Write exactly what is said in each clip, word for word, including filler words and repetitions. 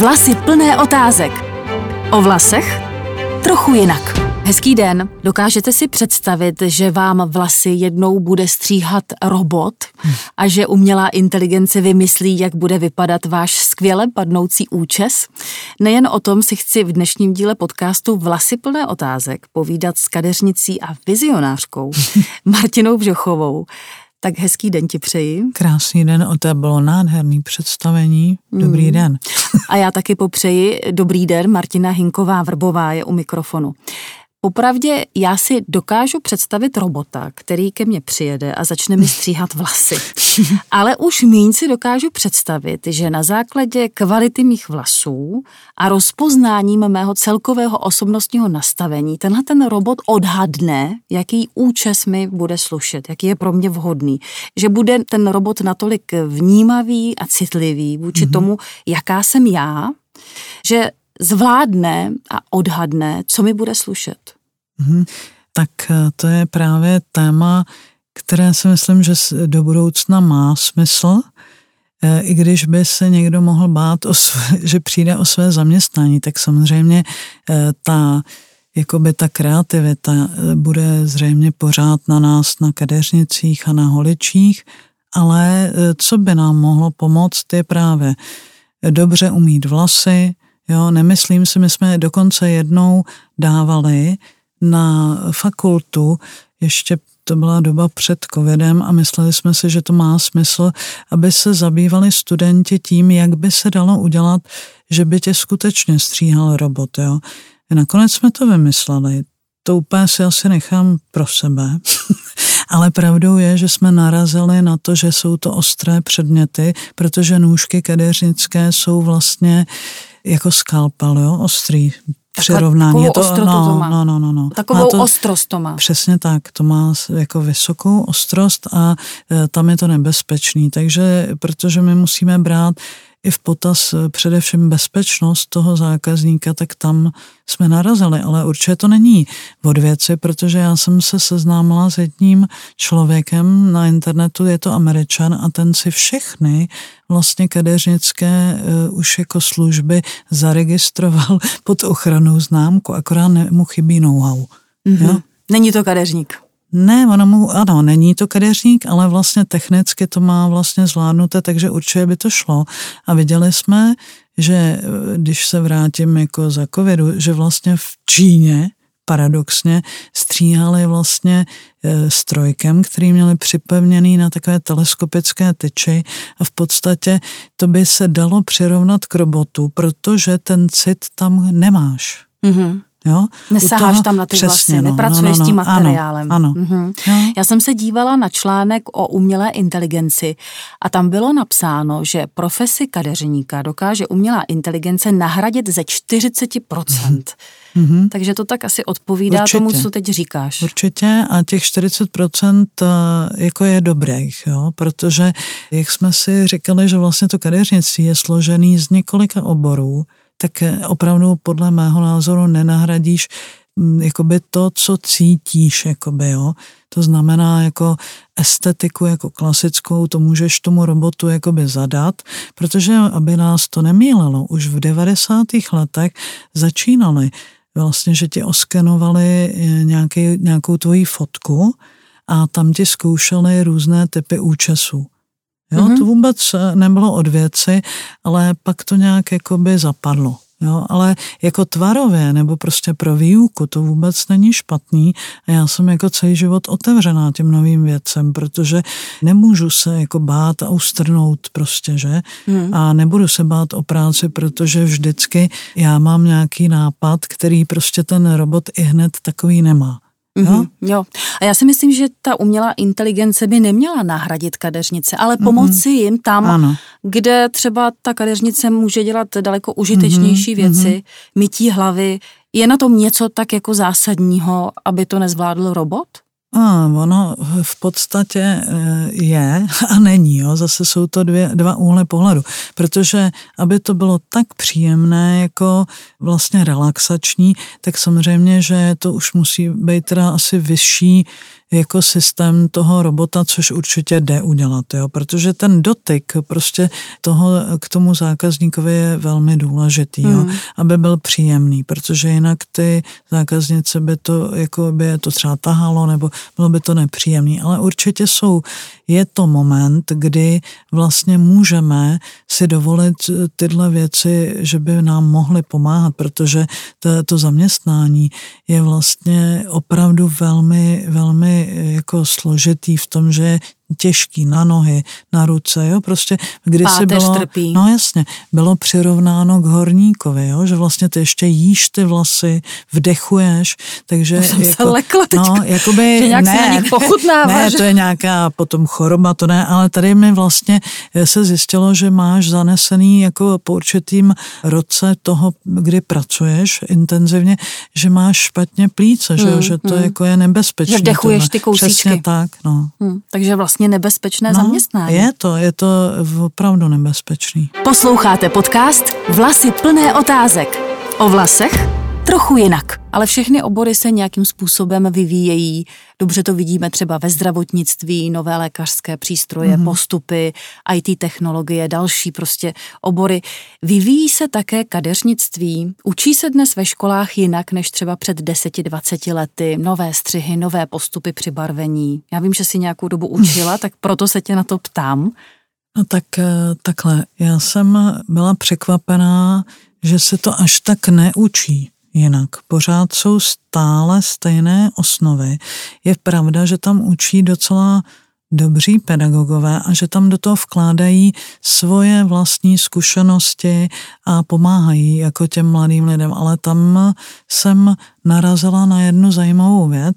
Vlasy plné otázek. O vlasech trochu jinak. Hezký den. Dokážete si představit, že vám vlasy jednou bude stříhat robot a že umělá inteligence vymyslí, jak bude vypadat váš skvěle padnoucí účes? Nejen o tom si chci v dnešním díle podcastu Vlasy plné otázek povídat s kadeřnicí a vizionářkou Martinou Bžochovou. Tak hezký den ti přeji. Krásný den, o to bylo nádherný představení. Dobrý mm. den. A já taky popřeji dobrý den, Martina Hinková-Vrbová je u mikrofonu. Popravdě já si dokážu představit robota, který ke mně přijede a začne mi stříhat vlasy. Ale už míň si dokážu představit, že na základě kvality mých vlasů a rozpoznáním mého celkového osobnostního nastavení tenhle ten robot odhadne, jaký účes mi bude slušet, jaký je pro mě vhodný. Že bude ten robot natolik vnímavý a citlivý vůči mm-hmm. tomu, jaká jsem já, že zvládne a odhadne, co mi bude slušet. Hmm, tak to je právě téma, které si myslím, že do budoucna má smysl, i když by se někdo mohl bát, o své, že přijde o své zaměstnání, tak samozřejmě ta, jakoby ta kreativita bude zřejmě pořád na nás, na kadeřnicích a na holičích, ale co by nám mohlo pomoct, je právě dobře umít vlasy. Jo, nemyslím si, my jsme dokonce jednou dávali na fakultu, ještě to byla doba před covidem a mysleli jsme si, že to má smysl, aby se zabývali studenti tím, jak by se dalo udělat, že by tě skutečně stříhal robot. Jo. A nakonec jsme to vymysleli. To úplně si asi nechám pro sebe. Ale pravdou je, že jsme narazili na to, že jsou to ostré předměty, protože nůžky kadeřnické jsou vlastně jako skalpel, jo, ostrý přirovnání. Takovou ostrotu no, to má. No, no, no, no. Takovou to, ostrost to má. Přesně tak, to má jako vysokou ostrost a e, tam je to nebezpečný, takže protože my musíme brát i v potaz především bezpečnost toho zákazníka, tak tam jsme narazili, ale určitě to není od věci, protože já jsem se seznámila s jedním člověkem na internetu, je to Američan a ten si všechny vlastně kadeřnické uh, už jako služby zaregistroval pod ochrannou známku, akorát ne, mu chybí know-how. Mm-hmm. Jo? Není to kadeřník. Ne, ono mu, ano, není to kadeřník, ale vlastně technicky to má vlastně zvládnuté, takže určitě by to šlo. A viděli jsme, že když se vrátím jako za covidu, že vlastně v Číně paradoxně stříhali vlastně e, strojkem, který měli připevněný na takové teleskopické tyči a v podstatě to by se dalo přirovnat k robotu, protože ten cit tam nemáš. Mhm. Jo? Nesaháš toho, tam na ty přesně, vlasy, no, nepracuješ no, no, s tím materiálem. Ano, ano. Mhm. Jo. Já jsem se dívala na článek o umělé inteligenci a tam bylo napsáno, že profesi kadeřníka dokáže umělá inteligence nahradit ze čtyřicet procent. Mm-hmm. Takže to tak asi odpovídá Určitě. tomu, co teď říkáš. Určitě a těch čtyřicet procent jako je dobrých, jo? Protože jak jsme si říkali, že vlastně to kadeřnictví je složený z několika oborů, tak opravdu podle mého názoru nenahradíš jakoby to, co cítíš, jakoby, jo. To znamená jako estetiku, jako klasickou, to můžeš tomu robotu jakoby zadat, protože aby nás to nemýlilo, už v devadesátých letech začínali vlastně, že ti oskenovali nějaký, nějakou tvoji fotku a tam ti zkoušeli různé typy účesů. Jo, mm-hmm. To vůbec nebylo od věci, ale pak to nějak jakoby zapadlo. Jo, ale jako tvarově nebo prostě pro výuku to vůbec není špatný a já jsem jako celý život otevřená těm novým věcem, protože nemůžu se jako bát a ustrnout prostě, že? Mm. A nebudu se bát o práci, protože vždycky já mám nějaký nápad, který prostě ten robot i hned takový nemá. Mm-hmm, jo. A já si myslím, že ta umělá inteligence by neměla nahradit kadeřnice, ale pomoci mm-hmm. jim tam, ano. kde třeba ta kadeřnice může dělat daleko užitečnější mm-hmm. věci, mytí hlavy. Je na tom něco tak jako zásadního, aby to nezvládl robot? A ono v podstatě je a není, jo. Zase jsou to dvě, dva úhly pohledu, protože aby to bylo tak příjemné, jako vlastně relaxační, tak samozřejmě, že to už musí být teda asi vyšší jako systém toho robota, což určitě jde udělat, jo, protože ten dotyk prostě toho k tomu zákazníkovi je velmi důležitý, jo, hmm. aby byl příjemný, protože jinak ty zákaznice by to, jako by to třeba tahalo, nebo bylo by to nepříjemný, ale určitě jsou, je to moment, kdy vlastně můžeme si dovolit tyhle věci, že by nám mohly pomáhat, protože to, to zaměstnání je vlastně opravdu velmi, velmi jako složitý v tom, že je těžký na nohy, na ruce, jo, prostě kdysi bylo, trpí. no jasně, bylo přirovnáno k horníkovi, jo, že vlastně ty ještě jíš ty vlasy, vdechuješ, takže jsem jako, se lekla teďka, no, jakoby, že nějak ne, se na nich pochutnává. Ne, že? to je nějaká potom choroba, to ne, ale tady mi vlastně se zjistilo, že máš zanesený jako po určitým roce toho, kdy pracuješ intenzivně, že máš špatně plíce, hmm, že, že to hmm. jako je nebezpečné. Že vdechuješ ty kousíčky. Přesně tak, no. Hmm, takže vlastně nebezpečné no, zaměstnání. Je to, je to opravdu nebezpečný. Posloucháte podcast Vlasy plné otázek. O vlasech trochu jinak. Ale všechny obory se nějakým způsobem vyvíjejí. Dobře to vidíme třeba ve zdravotnictví, nové lékařské přístroje, mm-hmm. postupy, í té technologie, další prostě obory. Vyvíjí se také kadeřnictví. Učí se dnes ve školách jinak než třeba před deseti dvaceti lety. Nové střihy, nové postupy při barvení. Já vím, že jsi nějakou dobu učila, tak proto se tě na to ptám. No tak takhle. Já jsem byla překvapená, že se to až tak neučí. Jinak pořád jsou stále stejné osnovy. Je pravda, že tam učí docela dobří pedagogové a že tam do toho vkládají svoje vlastní zkušenosti a pomáhají jako těm mladým lidem. Ale tam jsem narazila na jednu zajímavou věc,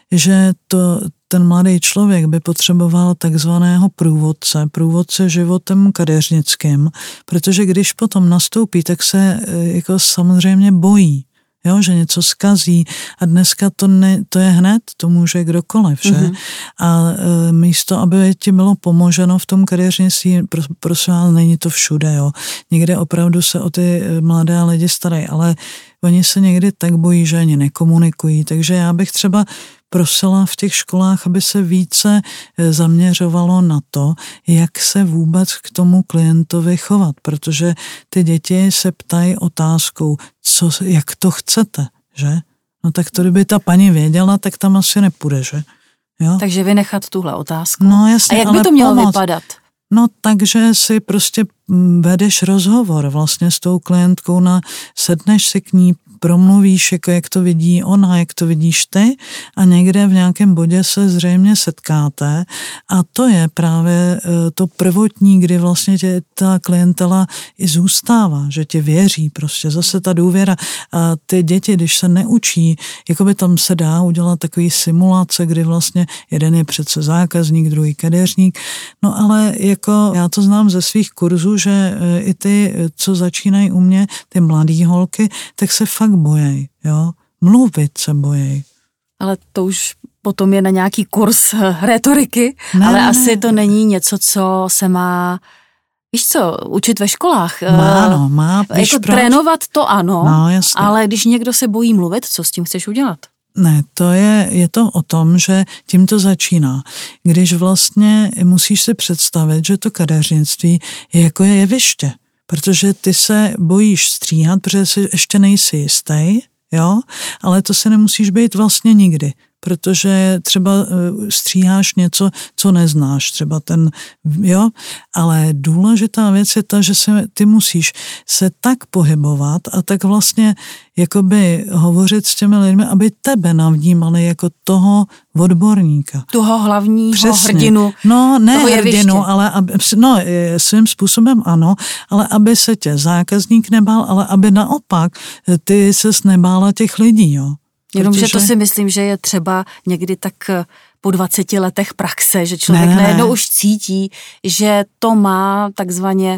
že to, ten mladý člověk by potřeboval takzvaného průvodce, průvodce životem kadeřnickým, protože když potom nastoupí, tak se jako samozřejmě bojí. Jo, že něco zkazí a dneska to, ne, to je hned, to může kdokoliv, že? Mm-hmm. A e, místo, aby ti bylo pomoženo v tom kadeřnictví, pro, prosím vás, není to všude, jo. Někde opravdu se o ty mladé lidi starají, ale oni se někdy tak bojí, že ani nekomunikují, takže já bych třeba prosila v těch školách, aby se více zaměřovalo na to, jak se vůbec k tomu klientovi chovat, protože ty děti se ptají otázkou, co, jak to chcete, že? No tak to, kdyby ta paní věděla, tak tam asi nepůjde, že? Jo? Takže vynechat tuhle otázku. No jasně, a jak ale by to mělo pomoct. vypadat? No takže si prostě vedeš rozhovor vlastně s tou klientkou, na, sedneš si k ní, promluvíš, jako jak to vidí ona, jak to vidíš ty a někde v nějakém bodě se zřejmě setkáte a to je právě to prvotní, kdy vlastně tě ta klientela i zůstává, že tě věří prostě, zase ta důvěra a ty děti, když se neučí, jako by tam se dá udělat takový simulace, kdy vlastně jeden je přece zákazník, druhý kadeřník, no ale jako já to znám ze svých kurzů, že i ty, co začínají u mě, ty mladý holky, tak se fakt bojí, jo, mluvit se bojí. Ale to už potom je na nějaký kurz retoriky, ne, ale ne. asi to není něco, co se má, víš co, učit ve školách. Má, no, má. Víš jako proč? trénovat to ano, no, jasně. Ale když někdo se bojí mluvit, co s tím chceš udělat? Ne, to je, je to o tom, že tím to začíná. Když vlastně musíš si představit, že to kadeřnictví je jako je jeviště, protože ty se bojíš stříhat, protože si ještě nejsi jistý, jo, ale to se nemusíš být vlastně nikdy, protože třeba stříháš něco, co neznáš, třeba ten, jo, ale důležitá věc je ta, že se, ty musíš se tak pohybovat a tak vlastně jakoby hovořit s těmi lidmi, aby tebe navnímali jako toho odborníka. Toho hlavního Přesně. hrdinu. No, ne toho hrdinu, ale aby, no, svým způsobem ano, ale aby se tě zákazník nebál, ale aby naopak ty ses nebála těch lidí, jo. Jenomže Protože... to si myslím, že je třeba někdy tak po dvaceti letech praxe, že člověk ne, ne, najednou ne. už cítí, že to má takzvaně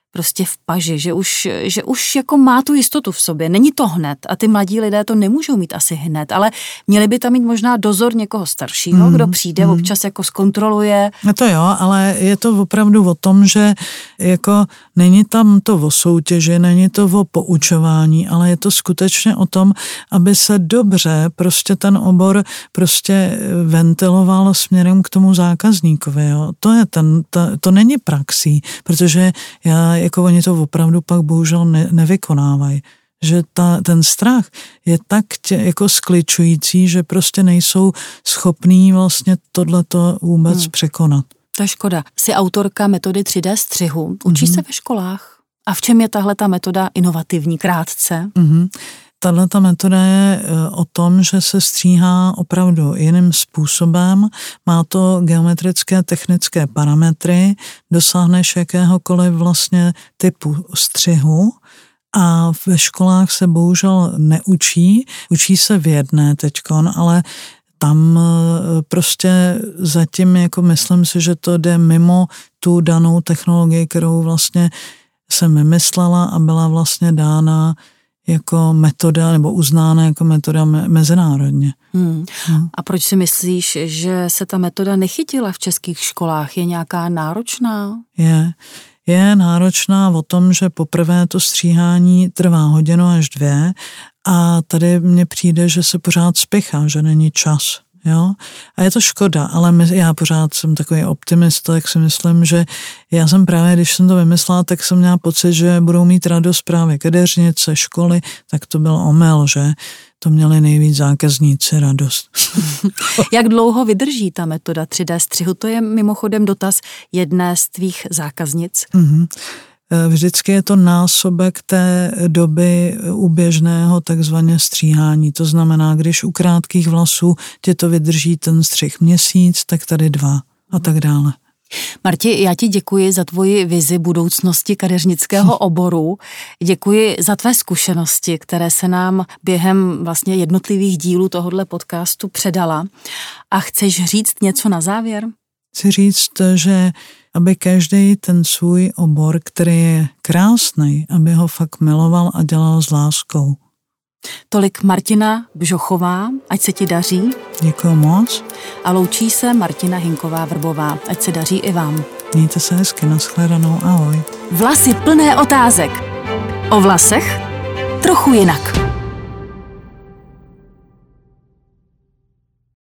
prostě v paži, že už, že už jako má tu jistotu v sobě. Není to hned a ty mladí lidé to nemůžou mít asi hned, ale měli by tam mít možná dozor někoho staršího, mm, kdo přijde, mm. občas jako zkontroluje. No to jo, ale je to opravdu o tom, že jako není tam to o soutěži, není to o poučování, ale je to skutečně o tom, aby se dobře prostě ten obor prostě ventiloval směrem k tomu zákazníkovi. Jo. To je ten, to, to není praxí, protože já, jako oni to opravdu pak bohužel ne, nevykonávají. Že ta, ten strach je tak tě, jako skličující, že prostě nejsou schopní vlastně tohleto vůbec hmm. překonat. To je škoda. Jsi autorka metody tři dé střihu. Učíš mm-hmm. se ve školách? A v čem je tahle ta metoda inovativní, krátce? Mm-hmm. Tahle ta metoda je o tom, že se stříhá opravdu jiným způsobem, má to geometrické technické parametry, dosáhneš jakéhokoliv vlastně typu střihu a ve školách se bohužel neučí, učí se v jedné teďkon, ale tam prostě zatím jako myslím si, že to jde mimo tu danou technologii, kterou vlastně jsem vymyslela a byla vlastně dána jako metoda nebo uznána jako metoda me- mezinárodně. Hmm. Hmm. A proč si myslíš, že se ta metoda nechytila v českých školách? Je nějaká náročná? Je. Je náročná o tom, že poprvé to stříhání trvá hodinu až dvě a tady mně přijde, že se pořád spěchá, že není čas. Jo? A je to škoda, ale my, já pořád jsem takový optimista, tak si myslím, že já jsem právě, když jsem to vymyslela, tak jsem měla pocit, že budou mít radost právě kadeřnice, školy, tak to byl omyl, že to měli nejvíc zákazníci radost. Jak dlouho vydrží ta metoda tři dé střihu? To je mimochodem dotaz jedné z tvých zákaznic. Mm-hmm. Vždycky je to násobek té doby u běžného takzvaně stříhání. To znamená, když u krátkých vlasů tě to vydrží ten střih měsíc, tak tady dva a tak dále. Marti, já ti děkuji za tvoji vizi budoucnosti kadeřnického oboru. Děkuji za tvé zkušenosti, které se nám během vlastně jednotlivých dílů tohohle podcastu předala. A chceš říct něco na závěr? Chci říct, že aby každý ten svůj obor, který je krásný, aby ho fakt miloval a dělal s láskou. Tolik Martina Bžochová, ať se ti daří. Děkuji moc. A loučí se Martina Hinková-Vrbová, ať se daří i vám. Mějte se hezky, nashledanou, ahoj. Vlasy plné otázek. O vlasech trochu jinak.